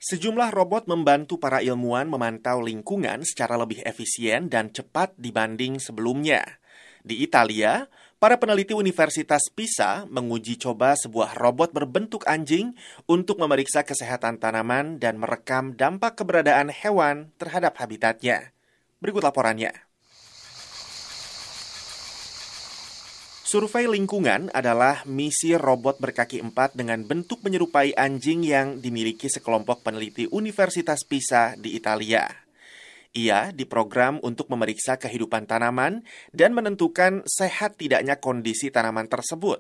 Sejumlah robot membantu para ilmuwan memantau lingkungan secara lebih efisien dan cepat dibanding sebelumnya. Di Italia, para peneliti Universitas Pisa menguji coba sebuah robot berbentuk anjing untuk memeriksa kesehatan tanaman dan merekam dampak keberadaan hewan terhadap habitatnya. Berikut laporannya. Survei lingkungan adalah misi robot berkaki 4 dengan bentuk menyerupai anjing yang dimiliki sekelompok peneliti Universitas Pisa di Italia. Ia diprogram untuk memeriksa kehidupan tanaman dan menentukan sehat tidaknya kondisi tanaman tersebut.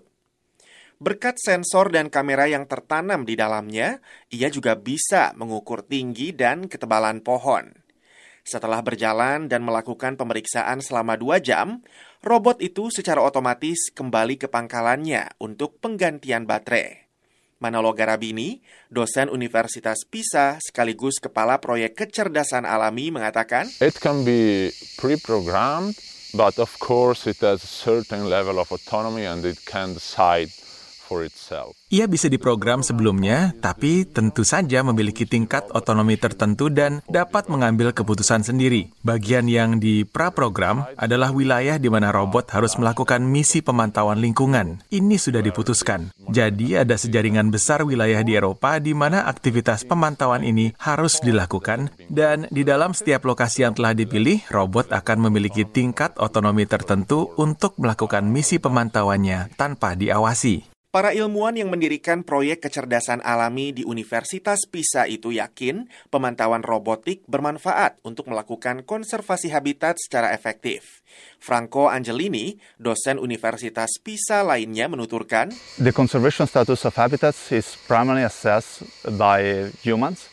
Berkat sensor dan kamera yang tertanam di dalamnya, ia juga bisa mengukur tinggi dan ketebalan pohon. Setelah berjalan dan melakukan pemeriksaan selama 2 jam, robot itu secara otomatis kembali ke pangkalannya untuk penggantian baterai. Manolo Garabini, dosen Universitas Pisa sekaligus kepala proyek kecerdasan alami mengatakan, It can be pre-programmed, but of course it has a certain level of autonomy and it can decide for itself. Ia bisa diprogram sebelumnya, tapi tentu saja memiliki tingkat otonomi tertentu dan dapat mengambil keputusan sendiri. Bagian yang di pra-program adalah wilayah di mana robot harus melakukan misi pemantauan lingkungan. Ini sudah diputuskan. Jadi ada sejaringan besar wilayah di Eropa di mana aktivitas pemantauan ini harus dilakukan, dan di dalam setiap lokasi yang telah dipilih, robot akan memiliki tingkat otonomi tertentu untuk melakukan misi pemantauannya tanpa diawasi. Para ilmuwan yang mendirikan proyek kecerdasan alami di Universitas Pisa itu yakin pemantauan robotik bermanfaat untuk melakukan konservasi habitat secara efektif. Franco Angelini, dosen Universitas Pisa lainnya menuturkan, The conservation status of habitats is primarily assessed by humans.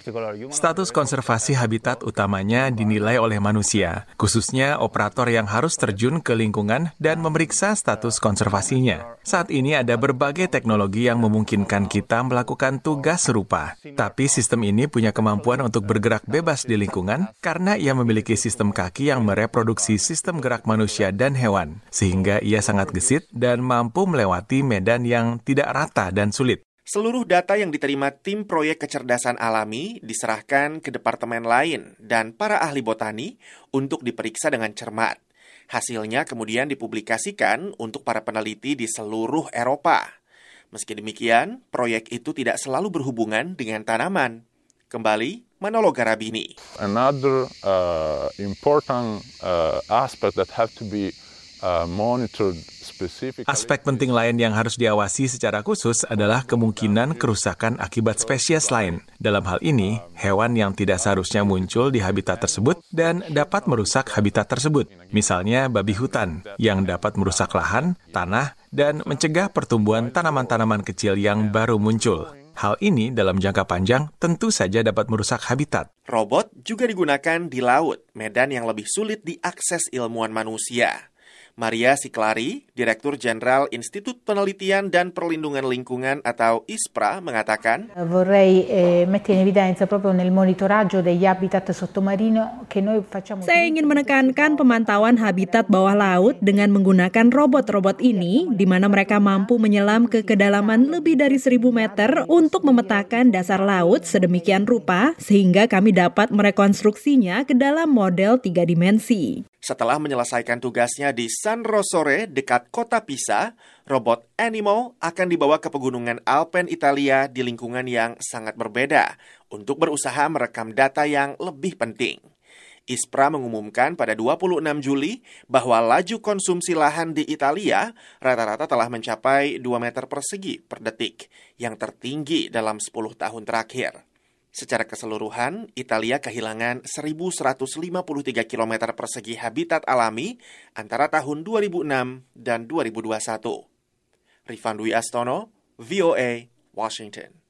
Status konservasi habitat utamanya dinilai oleh manusia, khususnya operator yang harus terjun ke lingkungan dan memeriksa status konservasinya. Saat ini ada berbagai teknologi yang memungkinkan kita melakukan tugas serupa, tapi sistem ini punya kemampuan untuk bergerak bebas di lingkungan karena ia memiliki sistem kaki yang mereproduksi sistem gerak manusia dan hewan, sehingga ia sangat gesit dan mampu melewati medan yang tidak rata dan sulit. Seluruh data yang diterima tim proyek kecerdasan alami diserahkan ke departemen lain dan para ahli botani untuk diperiksa dengan cermat. Hasilnya kemudian dipublikasikan untuk para peneliti di seluruh Eropa. Meski demikian, proyek itu tidak selalu berhubungan dengan tanaman. Kembali, Manolo Garabini. Another important aspect that have to be monitored. Aspek penting lain yang harus diawasi secara khusus adalah kemungkinan kerusakan akibat spesies lain. Dalam hal ini, hewan yang tidak seharusnya muncul di habitat tersebut dan dapat merusak habitat tersebut. Misalnya babi hutan yang dapat merusak lahan, tanah, dan mencegah pertumbuhan tanaman-tanaman kecil yang baru muncul. Hal ini dalam jangka panjang tentu saja dapat merusak habitat. Robot juga digunakan di laut, medan yang lebih sulit diakses ilmuwan manusia. Maria Siklari, Direktur Jenderal Institut Penelitian dan Perlindungan Lingkungan atau ISPRA, mengatakan, Vorrei mettere in evidenza proprio nel monitoraggio degli habitat sottomarino che noi facciamo. Saya ingin menekankan pemantauan habitat bawah laut dengan menggunakan robot-robot ini, di mana mereka mampu menyelam ke kedalaman lebih dari 1.000 meter untuk memetakan dasar laut sedemikian rupa, sehingga kami dapat merekonstruksinya ke dalam model 3 dimensi. Setelah menyelesaikan tugasnya di San Rossore dekat kota Pisa, robot Animal akan dibawa ke pegunungan Alpen Italia di lingkungan yang sangat berbeda untuk berusaha merekam data yang lebih penting. ISPRA mengumumkan pada 26 Juli bahwa laju konsumsi lahan di Italia rata-rata telah mencapai 2 meter persegi per detik, yang tertinggi dalam 10 tahun terakhir. Secara keseluruhan, Italia kehilangan 1.153 km persegi habitat alami antara tahun 2006 dan 2021. Rifan Dwi Astono, VOA, Washington.